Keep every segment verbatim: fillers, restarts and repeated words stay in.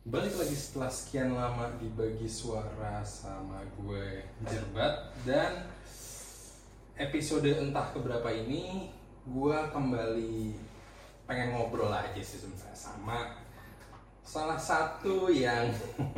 Balik lagi setelah sekian lama dibagi suara sama gue Jerbat. Dan episode entah keberapa ini gue kembali pengen ngobrol aja sih sebenarnya sama salah satu yang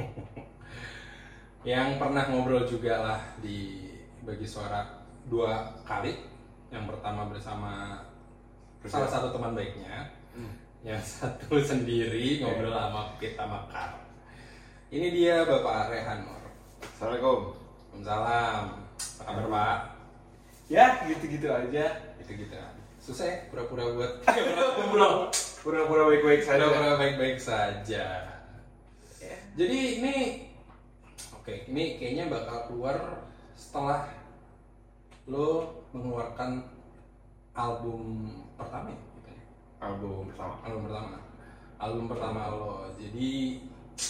yang pernah ngobrol juga lah di bagi suara dua kali. Yang pertama bersama salah satu teman baiknya, hmm. yang satu sendiri ngobrol sama kita Makar. Ini dia Bapak Rehan Nur. Assalamualaikum. Waalaikumsalam. Apa kabar Pak? Ya gitu-gitu aja. Gitu-gitu. Susah ya pura-pura buat Pura-pura baik-baik saja. Pura-pura baik-baik saja. Yeah. Jadi ini oke, ini kayaknya bakal keluar setelah lo mengeluarkan album pertama ya? Album pertama. Album pertama. Album pertama lo. Jadi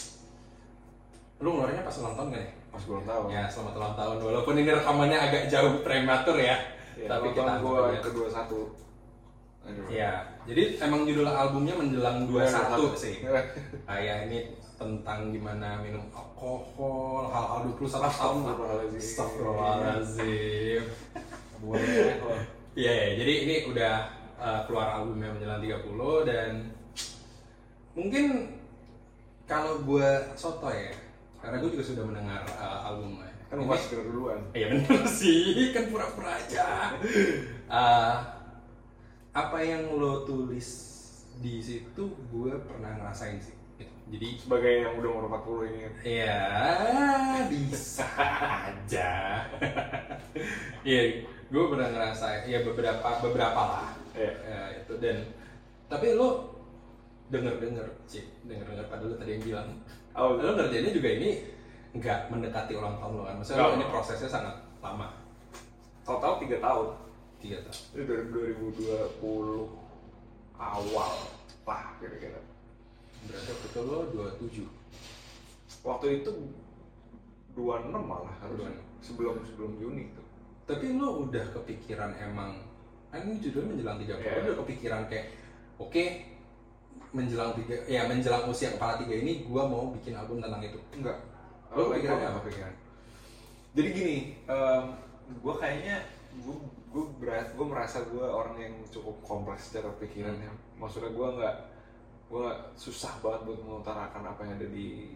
lo ngeluarinnya pas ulang tahun kan ya? Pas ulang tahun. Ya, selamat ulang tahun. Walaupun ini rekamannya agak jauh prematur ya. Ya, tapi kita gua kedua satu. Ya, jadi emang judul albumnya menjelang dua puluh satu sih. Kayak ini tentang gimana minum alkohol, hal-hal dua puluh satu tahun. Astagfirullahaladzim. Boleh. Iya, ya, jadi ini udah uh, keluar albumnya menjelang tiga puluh. Dan mungkin kalau gue soto ya, karena gue juga sudah mendengar uh, albumnya. Kan pas kira duluan. Iya bener sih, kan pura-pura aja. uh, apa yang lo tulis di situ gue pernah ngerasain sih. Jadi sebagai yang udah umur empat puluh ini. Iya, bisa aja. Iya, gue pernah ngerasain ya beberapa beberapa lah. Iya. Ya, itu dan tapi lo denger-denger sih, denger-denger padahal lo tadi yang bilang. Oh, lo ngerjainnya juga ini nggak mendekati ulang tahun lo kan? Maksudnya lo ini prosesnya sangat lama. Total tiga tahun. Tiga tahun. Itu dari dua ribu dua puluh awal lah kira-kira. Berarti waktu itu lo dua puluh tujuh. Waktu itu dua puluh enam malah harusnya. Sebelum sebelum Juni itu. Tapi lo udah kepikiran emang, kan ini judulnya menjelang tiga puluh, yeah. Lo udah kepikiran kayak, oke, okay, menjelang tiga, ya menjelang usia kepala tiga ini, gue mau bikin album tentang itu. Enggak. Lo kepikirannya apa? Kepikiran. Jadi gini, um, gue kayaknya gue gue berat, gue merasa gue orang yang cukup kompleks secara pikirannya. Hmm. Maksudnya gue nggak, gue nggak susah banget buat mengutarakan apa yang ada di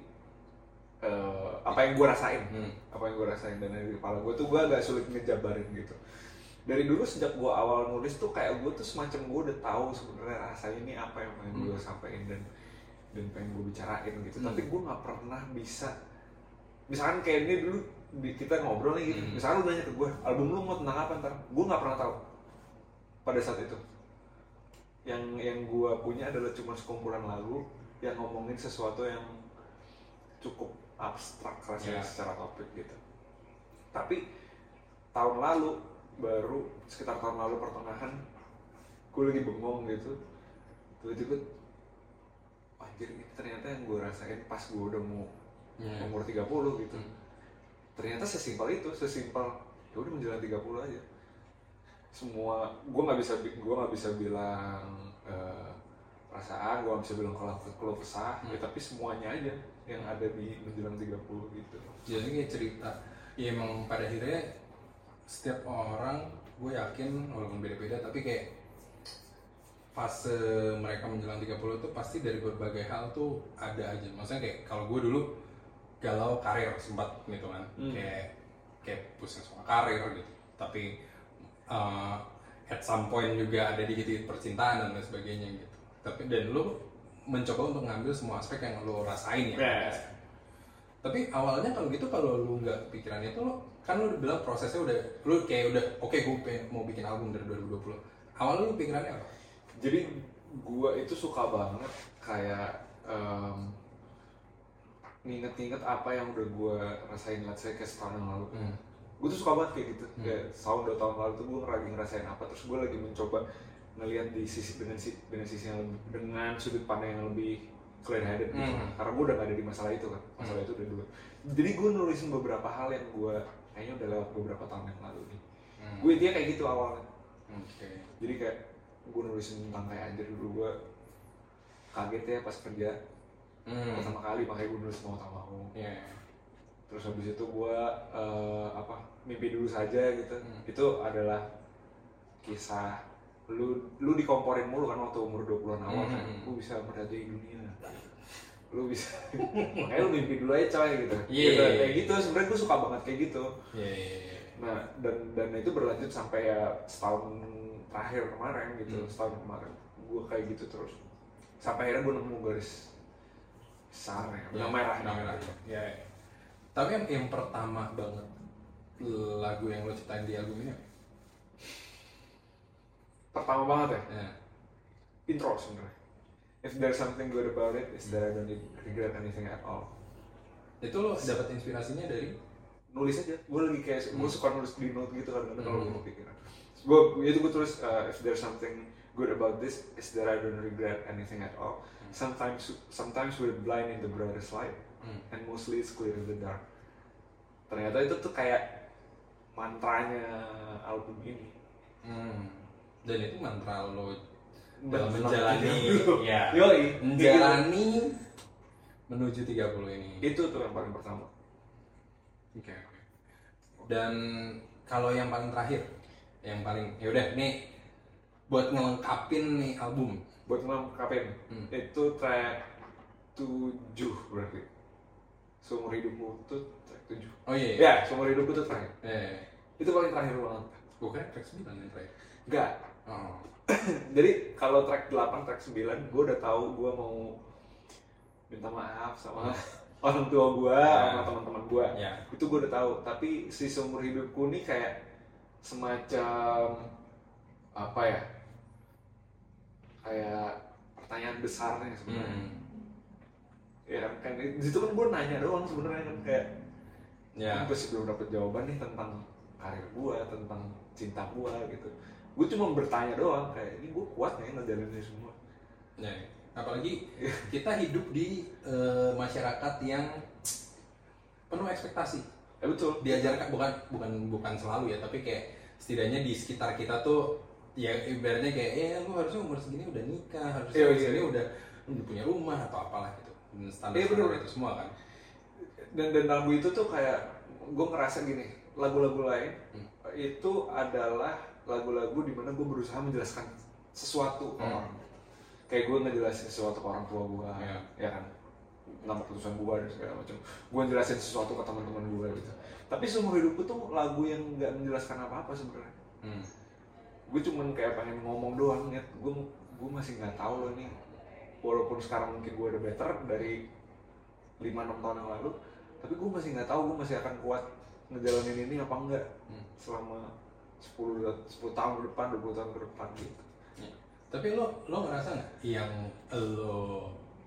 Uh, apa yang gue rasain, hmm. apa yang gue rasain dan dari kepala gue tuh gue agak sulit ngejabarin gitu. Dari dulu sejak gue awal nulis tuh kayak gue tuh semacam gue udah tahu sebenarnya rasanya ini apa yang pengen hmm. gue sampaikan dan dan pengen gue bicarain gitu. Hmm. Tapi gue nggak pernah bisa, misalkan kayak ini dulu kita ngobrol nih gitu. Hmm. Misalkan lu nanya ke gue, album lu mau tentang apa ntar? Gue nggak pernah tahu pada saat itu. Yang yang gue punya adalah cuma sekumpulan lagu yang ngomongin sesuatu yang cukup abstrak rasanya yeah. secara topik gitu. Tapi tahun lalu, baru sekitar tahun lalu pertengahan, gue lagi bengong gitu. Tiba-tiba, anjir ini ternyata yang gue rasain pas gue udah mau yeah. umur tiga puluh gitu. Hmm. Ternyata sesimpel itu, sesimpel ya udah menjelang tiga puluh aja. Semua, gue nggak bisa, gue nggak bisa bilang uh, perasaan, gue nggak bisa bilang kalau keluh kesah, hmm. ya, tapi semuanya aja yang ada di menjelang tiga puluh gitu. Jadi kayak cerita, ya emang pada akhirnya setiap orang, gue yakin walaupun beda-beda, tapi kayak fase mereka menjelang tiga puluh itu pasti dari berbagai hal tuh ada aja. Maksudnya kayak kalau gue dulu galau karir sempat gitu kan, hmm. kayak kayak pusing soal karir gitu. Tapi uh, at some point juga ada di titik percintaan dan lain sebagainya gitu. Tapi dan lu mencoba untuk ngambil semua aspek yang lo rasain ya. Yeah. Tapi awalnya kalau gitu kalau lu nggak kepikiran itu lo kan lu bilang prosesnya udah lu kayak udah oke okay, gue mau bikin album dari dua ribu dua puluh. Awalnya lu pikirannya apa? Jadi gue itu suka banget kayak um, nginget-nginget apa yang udah gue rasain let's say kayak setahun yang lalu. Hmm. Gue tuh suka banget kayak gitu. Hmm. Kayak setahun dua tahun lalu tuh gue lagi ngerasain apa, terus gue lagi mencoba ngelihat di sisi dengan si dengan sisi yang lebih, dengan sudut pandang yang lebih clear headed gitu. Hmm. Karena gue udah gak ada di masalah itu kan, masalah hmm. itu udah dulu. Jadi gue nulisin beberapa hal yang gue kayaknya udah lewat beberapa tahun yang lalu nih. Hmm. Gue dia kayak gitu awalnya. Oke. Okay. Jadi kayak gue nulisin tentang kayak anjir dulu gue kaget ya pas kerja Hmm. pertama kali makanya gue nulis mau tak mau. Yeah. Terus habis itu gue uh, apa mimpi dulu saja gitu. Hmm. Itu adalah kisah lu lu dikomporin mulu kan waktu umur dua puluhan awal kan. Hmm. Lu bisa merajai dunia. Lu bisa makanya lu mimpi dulu aja coy gitu. Yeah. Gitu, kayak gitu sebenarnya gue suka banget kayak gitu. Yeah, yeah, yeah. Nah dan dan itu berlanjut sampai ya setahun terakhir kemarin gitu. Hmm. Setahun kemarin gue kayak gitu terus sampai akhirnya gue nemu garis besar ya, benang merah. Benang merah. Ya, ya. Tapi yang, yang pertama banget lagu yang lo ciptain di album ini apa? Pertama banget ya? Ya. Intro sebenarnya. If there's something good about it, is that I don't regret anything at all. Itu lo dapat inspirasinya dari? Nulis aja. Gue lagi kayak, hmm. gue suka nulis di note gitu kan, hmm. kalau gue mau pikiran. Gue itu gue tulis uh, if there's something good about this, is that I don't regret anything at all. Hmm. Sometimes, sometimes we're blind in the brightest light, hmm. and mostly it's clear in the dark. Ternyata itu tuh kayak mantranya album ini. Hmm. Dan itu mantra lo dalam menjalani, ya, Yoi, menjalani menuju tiga puluh ini. Itu tuh yang paling pertama. Oke, okay, oke. Okay. Dan kalau yang paling terakhir, yang paling ya udah nih buat ngelengkapin nih album, buat ngelengkapin hmm. itu track tujuh berarti. Seumur hidupmu tuh track tujuh. Oh iya. Iya, ya, seumur hidupku tuh terakhir. Eh. Itu paling terakhir banget. Bukan track sembilan yang terakhir. Enggak. Oh. Jadi kalau track delapan, track sembilan gue udah tahu gue mau minta maaf sama orang tua gue, yeah. sama teman-teman gue. Yeah. Itu gue udah tahu. Tapi si seumur hidupku nih kayak semacam apa ya? Kayak pertanyaan besarnya sebenarnya. Mm. Ya kan di situ kan gue nanya doang sebenarnya kan kayak yeah. gue masih belum dapet jawaban nih tentang karir gue, tentang cinta gue gitu. Gue cuma bertanya doang kayak ini gue kuat nggak ngejalanin ini semua. Ya, apalagi kita hidup di uh, masyarakat yang penuh ekspektasi. Ya betul. Diajarkan bukan bukan bukan selalu ya, tapi kayak setidaknya di sekitar kita tuh ya ibaratnya kayak eh lu harusnya umur segini udah nikah, harusnya iya, umur iya. segini udah udah punya rumah atau apalah gitu. Standar iya, standar itu semua kan. Dan dan lagu itu tuh kayak gue ngerasa gini, lagu-lagu lain hmm. itu adalah lagu-lagu dimana gue berusaha menjelaskan sesuatu ke hmm. orang. Kayak gue ngejelasin sesuatu ke orang tua gue, yeah. ya kan, nama keputusan gue dan segala macam. Gue ngejelasin sesuatu ke teman-teman gue gitu. Tapi seumur hidupku tuh lagu yang nggak menjelaskan apa-apa sebenarnya. Hmm. Gue cuman kayak pengen ngomong doang, ya. Gue gue masih nggak tahu loh nih. Walaupun sekarang mungkin gue udah better dari lima enam tahun yang lalu, tapi gue masih nggak tahu gue masih akan kuat ngejalanin ini apa enggak hmm. selama sepuluh tahun ke depan, dua puluh tahun ke depan gitu. Ya. Tapi lo lo ngerasa nggak yang lo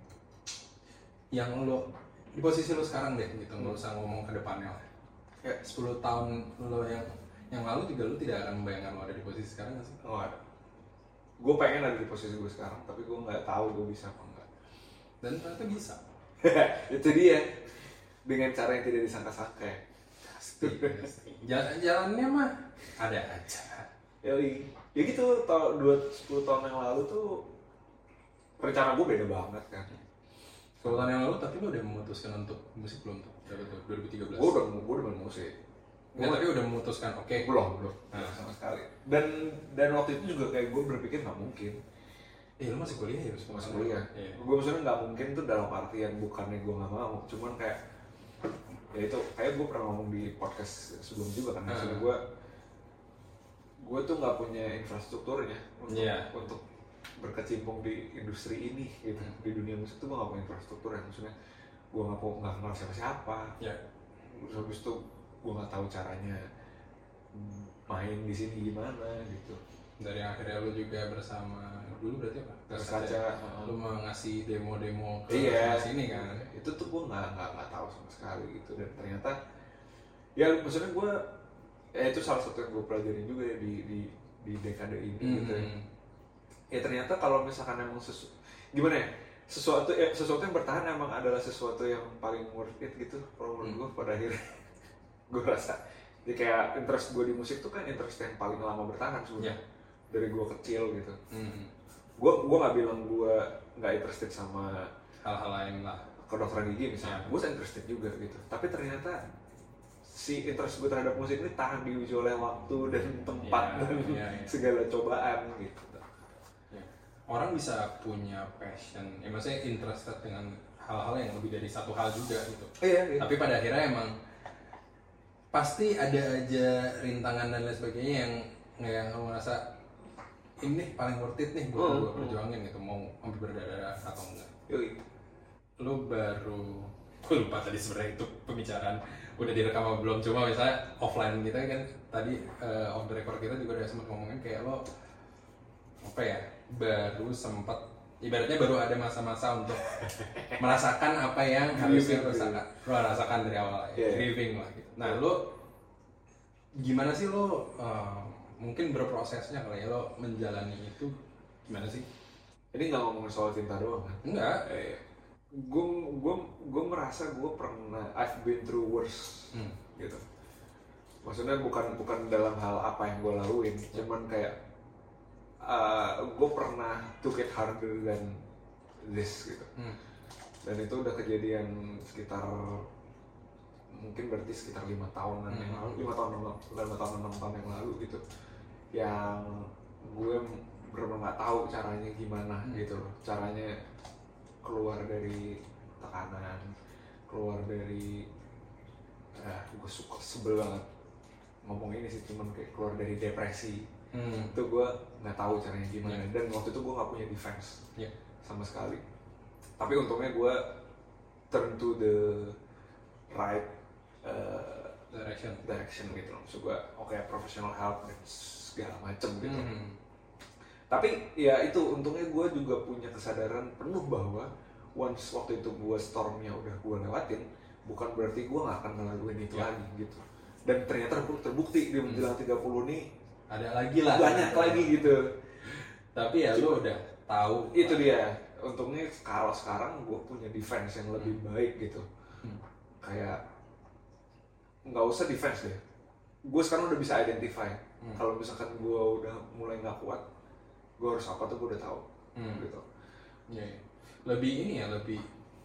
yang lo di posisi lo sekarang deh gitu, nggak usah ngomong ke depannya lah. Kayak sepuluh tahun lo yang yang lalu juga lo tidak akan membayangkan lo ada di posisi sekarang nggak sih? Oh ada. Gue pengen ada di posisi gue sekarang, tapi gue nggak tahu gue bisa apa enggak. Dan ternyata bisa. Itu dia. Dengan cara yang tidak disangka-sangka ya. Jalan-jalannya mah ada aja. Yoi. Ya gitu, tahun dua sepuluh tahun yang lalu tuh rencana gue beda banget kan. sepuluh tahun yang lalu tapi lo udah memutuskan untuk musik belum tuh? Berapa tuh? dua ribu tiga belas. Gue udah gue udah main musik. Ya, tapi udah memutuskan oke. Okay. Belum, belum. Nah, sama sekali. Dan dan waktu itu juga kayak gue berpikir nggak mungkin. Eh lo masih kuliah ya? Masih kuliah. Iya. Gue maksudnya nggak mungkin tuh dalam artian bukannya gue nggak mau, cuman kayak ya itu kayak gue pernah ngomong di podcast sebelum juga kan, maksudnya gue gue tuh nggak punya infrastrukturnya untuk yeah. untuk berkecimpung di industri ini gitu, hmm. di dunia musik tuh gue nggak punya infrastruktur ya, maksudnya gue nggak mau nggak kenal siapa siapa, yeah. terus habis itu gue nggak tahu caranya main di sini gimana gitu. Dari akhirnya lu juga bersama dulu berarti apa? Terus kaca, lu mau ngasih demo-demo ke iya, sini kan? Itu tuh gue nggak nggak nggak tahu sama sekali gitu, dan ternyata ya maksudnya gue ya itu salah satu yang gue pelajari juga ya di di di dekade ini mm-hmm. gitu ya. Ya ternyata kalau misalkan emang sesu gimana ya sesuatu ya, sesuatu yang bertahan emang adalah sesuatu yang paling worth it gitu kalau menurut mm. gue pada akhirnya gue rasa. Jadi kayak interest gue di musik tuh kan interest yang paling lama bertahan sebenarnya. Yeah. Dari gue kecil gitu, mm-hmm. gue gue nggak bilang gue nggak interested sama hal-hal lain lah, kedokteran gigi misalnya, ya. gue interested juga gitu. Tapi ternyata si interest gue terhadap musik ini tahan diuji oleh waktu dan tempat ya, dan ya, ya. segala cobaan gitu. Ya. Orang bisa punya passion, ya maksudnya interested dengan hal-hal yang lebih dari satu hal juga gitu. Iya, iya. Tapi pada akhirnya emang pasti ada aja rintangan dan lain sebagainya yang yang lo ngerasa ini paling worth it nih buat Hmm, gue hmm. perjuangin gitu, mau ambil berdarah atau enggak. Yoi. Lo baru, gue lupa tadi sebenarnya itu pembicaraan udah direkam apa belum, cuma misalnya offline kita kan tadi uh, off the record kita juga udah sempat ngomongin kayak lo apa ya, baru sempat ibaratnya baru ada masa-masa untuk merasakan apa yang harusnya lo rasakan, lo rasakan dari awal ya, Yeah. grieving lah gitu. Nah lo gimana sih lo uh, mungkin berprosesnya kali ya lo menjalani itu gimana sih? Ini nggak ngomongin soal cinta doang kan? Enggak. Eh, gue gue gue merasa gue pernah I've been through worse Hmm. gitu. Maksudnya bukan bukan dalam hal apa yang gue laluin, cuman kayak uh, gue pernah took it harder than this gitu. Hmm. Dan itu udah kejadian sekitar mungkin berarti sekitar lima tahunan yang Hmm. lalu, lima tahun lima tahun enam tahun yang lalu gitu, yang gue benar-benar nggak tahu caranya gimana Hmm. gitu loh, caranya keluar dari tekanan, keluar dari ah gue suka sebel banget ngomong ini sih, cuman kayak keluar dari depresi. Hmm. Itu gue nggak tahu caranya gimana. Yeah. Dan waktu itu gue nggak punya defense Yeah. sama sekali. Tapi untungnya gue turn to the right uh, Direction. direction gitu loh. Maksud gue oke okay, professional help dan segala macem gitu. Hmm. Tapi ya itu untungnya gue juga punya kesadaran penuh bahwa once waktu itu gue stormnya udah gue lewatin, bukan berarti gue nggak akan ngelaluin itu Ya. lagi gitu. Dan ternyata terbukti di menjelang tiga puluh nih Ada lagi lah. banyak lagi gitu. Tapi ya lo udah tahu. Itu dia. Untungnya kalau sekarang gue punya defense yang lebih baik gitu. Hmm. Kayak nggak usah defense deh. Gue sekarang udah bisa identify. Hmm. Kalau misalkan gue udah mulai nggak kuat, gue harus apa tuh gue udah tahu. Hmm. Gitu. Ya, ya. Lebih ini ya, lebih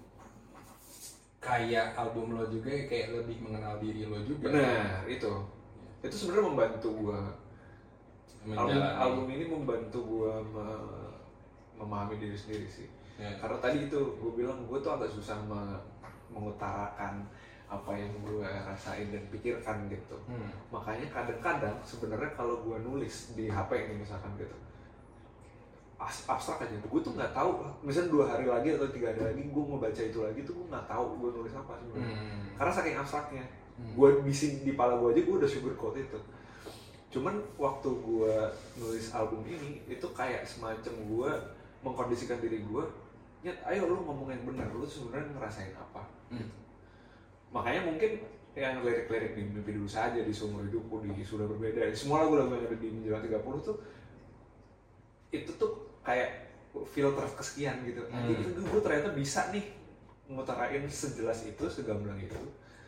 kayak album lo juga, kayak lebih mengenal diri lo juga. Benar, itu. Itu sebenarnya membantu gue. Album, Menjalani. album ini membantu gue me- memahami diri sendiri sih. Ya. Karena tadi itu gue bilang gue tuh agak susah me- mengutarakan apa yang gue rasain dan pikirkan gitu. Hmm. Makanya kadang-kadang sebenarnya kalau gue nulis di H P ini misalkan gitu, as- abstrak aja. Gue tuh nggak tahu. Misalnya dua hari lagi atau tiga hari lagi gue mau baca itu lagi tuh gue nggak tahu gue nulis apa sebenarnya. Hmm. Karena saking abstraknya. Hmm. Gue di di pala gue aja gue udah sugarcoat itu. Cuman waktu gue nulis album ini itu kayak semacam gue mengkondisikan diri gue, nyet, ayo lu ngomong yang benar, lu sebenarnya ngerasain apa? Hmm. Makanya mungkin yang lirik-lirik di Mimpi Dulu Saja, di Seumur Hidupku, di Sudah Berbeda, semua lagu-lagu yang ada di Menjelang tiga puluh tuh itu tuh kayak filter kesekian gitu. Hmm. Jadi gue ternyata bisa nih ngutarain sejelas itu, segamblang itu,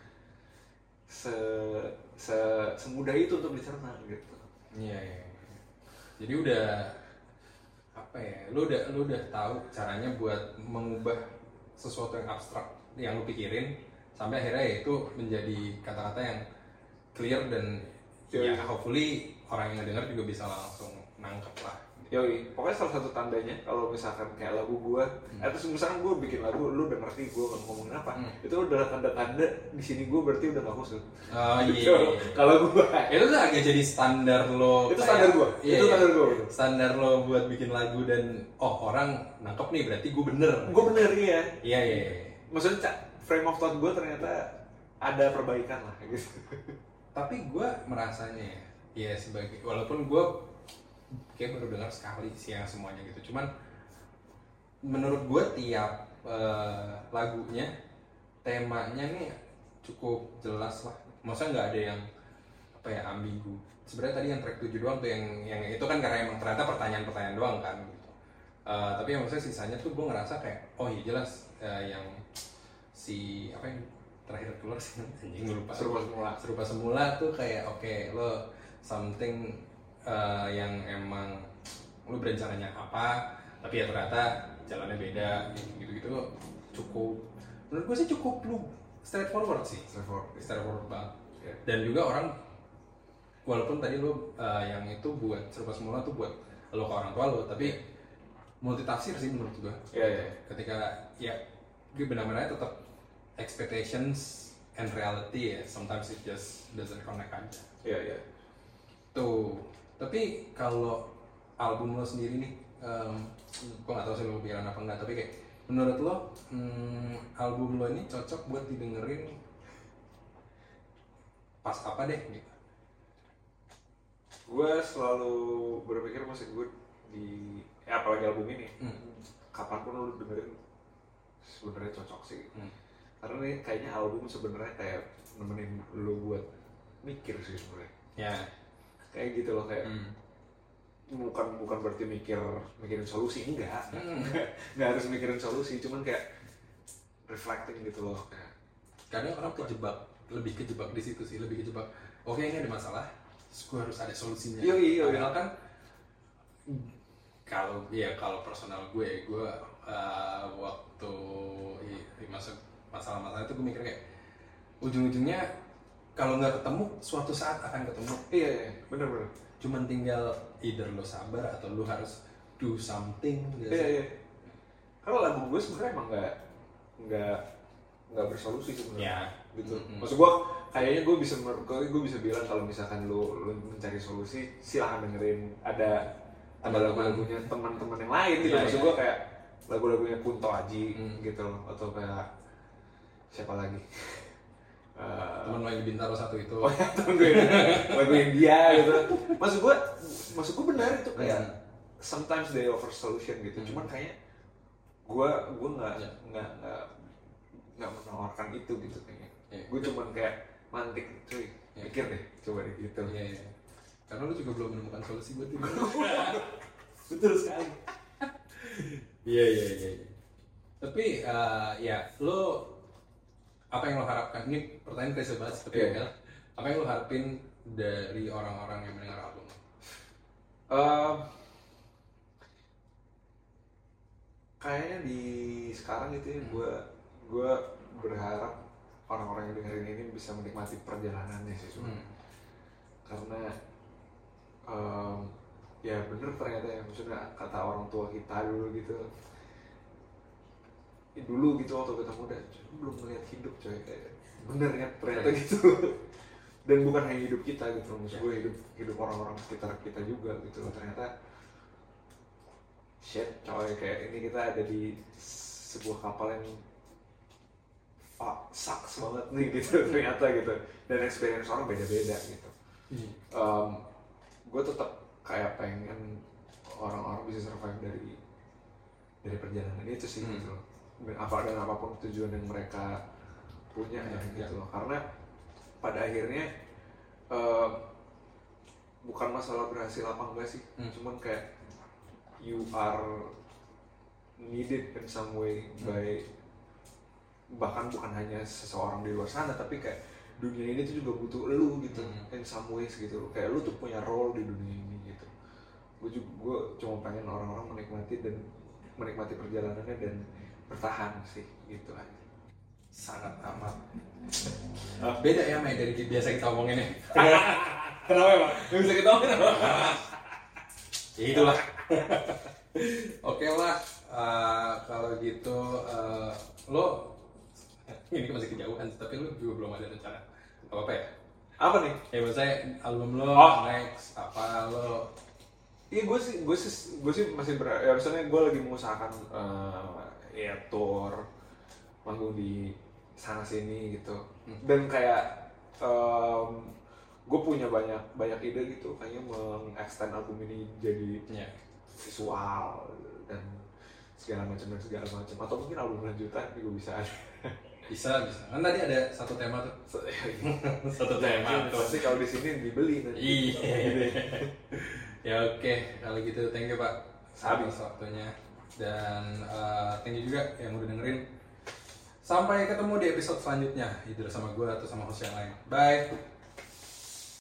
se, se semudah itu untuk dicerna gitu. Iya, iya. Jadi udah apa ya? Lu udah lu udah tahu caranya buat mengubah sesuatu yang abstrak yang lu pikirin sampai akhirnya ya itu menjadi kata-kata yang clear dan Yoi. ya hopefully orang yang dengar juga bisa langsung nangkep lah. Yoi, pokoknya salah satu tandanya kalau misalkan kayak lagu gue, Hmm. atau misalkan gue bikin lagu, lu udah ngerti gue ngomongin apa, Hmm. itu udah tanda-tanda di sini gue berarti udah gak khusus. Oh iya. Gitu. Kalau gue, Itu tuh agak jadi standar lo. itu kayak- standar gue, Iya, itu iya. standar gue. Standar lo buat bikin lagu dan oh orang nangkep nih berarti gue bener. Gue bener iya. Iya iya. iya. Maksudnya Cak, frame of thought gue ternyata ada perbaikan lah gitu. Tapi gue merasanya ya, ya sebagai walaupun gue kayak baru dengar sekali sih yang semuanya gitu. Cuman menurut gue tiap eh, lagunya temanya nih cukup jelas lah. Maksudnya nggak ada yang apa ya ambigu. Sebenarnya tadi yang track tujuh doang tuh yang yang itu kan karena emang ternyata pertanyaan-pertanyaan doang kan gitu. Eh, tapi yang maksudnya sisanya tuh gue ngerasa kayak oh iya jelas eh, yang si apa yang terakhir keluar sih anjing gue lupa. Serupa semula. Serupa semula tuh kayak oke okay, lo something uh, yang emang lo berencananya apa tapi ya ternyata jalannya beda gitu-gitu cukup, menurut gue sih cukup lu straightforward sih, straightforward, straightforward banget. yeah. Dan juga orang, walaupun tadi lu uh, yang itu buat Serba Semula tuh buat lo ke orang tua lo, tapi yeah. multitafsir sih menurut gue. Yeah, yeah. Ketika ya, gue benar-benar tetap expectations and reality ya, sometimes it just doesn't connect aja. Iya, yeah, iya. Yeah. Tuh, tapi kalau album lo sendiri nih, um, gue nggak tahu sih lo pikiran apa enggak, tapi kayak menurut lo hmm, album lo ini cocok buat didengerin pas apa deh gitu? Gue selalu berpikir musik gue di, ya apalagi album ini, hmm. kapanpun lo dengerin sebenarnya cocok sih. Hmm. Karena nih kayaknya album sebenarnya kayak nemenin lo buat mikir sih sebenarnya. Ya. Kayak gitu loh, kayak hmm. bukan bukan berarti mikir mikirin solusi, enggak. Hmm. Nggak harus mikirin solusi, cuman kayak reflecting gitu loh. Kayak kadang orang kejebak, lebih kejebak di situ sih, lebih kejebak. Oke, ini ada masalah, terus gue harus ada solusinya. Iya, iya. Padahal kan kalau ya kalau personal gue, gue uh, waktu i, masuk masalah-masalah itu gue mikir kayak ujung-ujungnya kalau nggak ketemu suatu saat akan ketemu. Iya, iya, benar-benar. Cuman tinggal either lo sabar atau lo harus do something. Iya, iya. Kalau lagu gue sebenarnya emang nggak nggak nggak bersolusi sebenarnya. Ya. Gitu. Mm-hmm. Maksud gue kayaknya gue bisa gue bisa bilang kalau misalkan lo lo mencari solusi, silahkan dengerin ada ada lagu-lagunya teman-teman yang lain gitu. Ya, maksud ya. Gue kayak lagu-lagunya Kunto Aji mm. gitu loh, atau kayak siapa lagi? Uh, temen lagi Bintaro satu itu. Oh ya, temen gue lagu India gitu. Maksud gue, maksud gue benar itu kayak hmm. sometimes they offer solution gitu. Hmm. Cuman kayaknya gue gue nggak ya. nggak nggak nggak menawarkan itu gitu kayaknya. Ya. Gue cuman kayak mantik, cuy. Ya. Pikir deh, coba deh gitu. Iya. Ya. Karena lu juga belum menemukan solusi buat itu. Betul sekali. Iya iya iya. Tapi uh, ya lo apa yang lo harapkan, ini pertanyaan klise banget tapi yeah. apa yang lo harapin dari orang-orang yang mendengar album? Uh, kayaknya di sekarang itu ya, gue gue berharap orang-orang yang dengerin ini bisa menikmati perjalanannya sih sebenarnya. Hmm. Karena um, ya bener ternyata ya, maksudnya kata orang tua kita dulu gitu. Dulu gitu waktu kita muda, belum melihat hidup coy, kayak bener ya ternyata gitu. Dan bukan hanya hidup kita gitu, maksud gue hidup hidup orang-orang sekitar kita juga gitu loh. Ternyata shit coy, kayak ini kita ada di sebuah kapal yang fuck, sucks banget nih gitu ternyata gitu. Dan experience orang beda-beda gitu. um, Gue tetap kayak pengen orang-orang bisa survive dari dari perjalanan itu sih hmm. gitu loh. Dan apa dan apapun tujuan yang mereka punya ya, ya gitu loh. Karena pada akhirnya uh, bukan masalah berhasil apa enggak sih, hmm. cuman kayak you are needed in some way hmm. by bahkan bukan hanya seseorang di luar sana, tapi kayak dunia ini tuh juga butuh lu gitu hmm. in some ways gitu. Kayak lu tuh punya role di dunia ini gitu. Gue juga gue cuma pengen orang-orang menikmati dan menikmati perjalanannya dan bertahan sih gitu aja. Sangat amat uh, beda ya Mai dari biasa kita omongin ya. Kenapa emang? Gak bisa kita omongin apa? Ya itulah. Oke lah, uh, kalau gitu uh, lo ini masih kejauhan tapi lo juga belum ada rencana apa apa ya? Apa nih? Ya maksudnya album lo oh. next apa lo? Iya gue sih gue sih gue sih masih ber ya misalnya gue lagi mengusahakan uh, ya tour manggung di sana sini gitu. Hmm. Dan kayak um, gue punya banyak banyak ide gitu kayaknya mengextend album ini jadi yeah. visual dan segala macam dan segala macam, atau mungkin album lanjutan juga bisa ada. Bisa bisa kan tadi ada satu tema tuh. Satu tema tuh pasti kalau di sini dibeli nanti. Iya. Ya oke, okay. Kalau gitu thank you Pak habis waktunya dan uh, thank you juga yang udah dengerin. Sampai ketemu di episode selanjutnya, either sama gue atau sama host yang lain. Bye.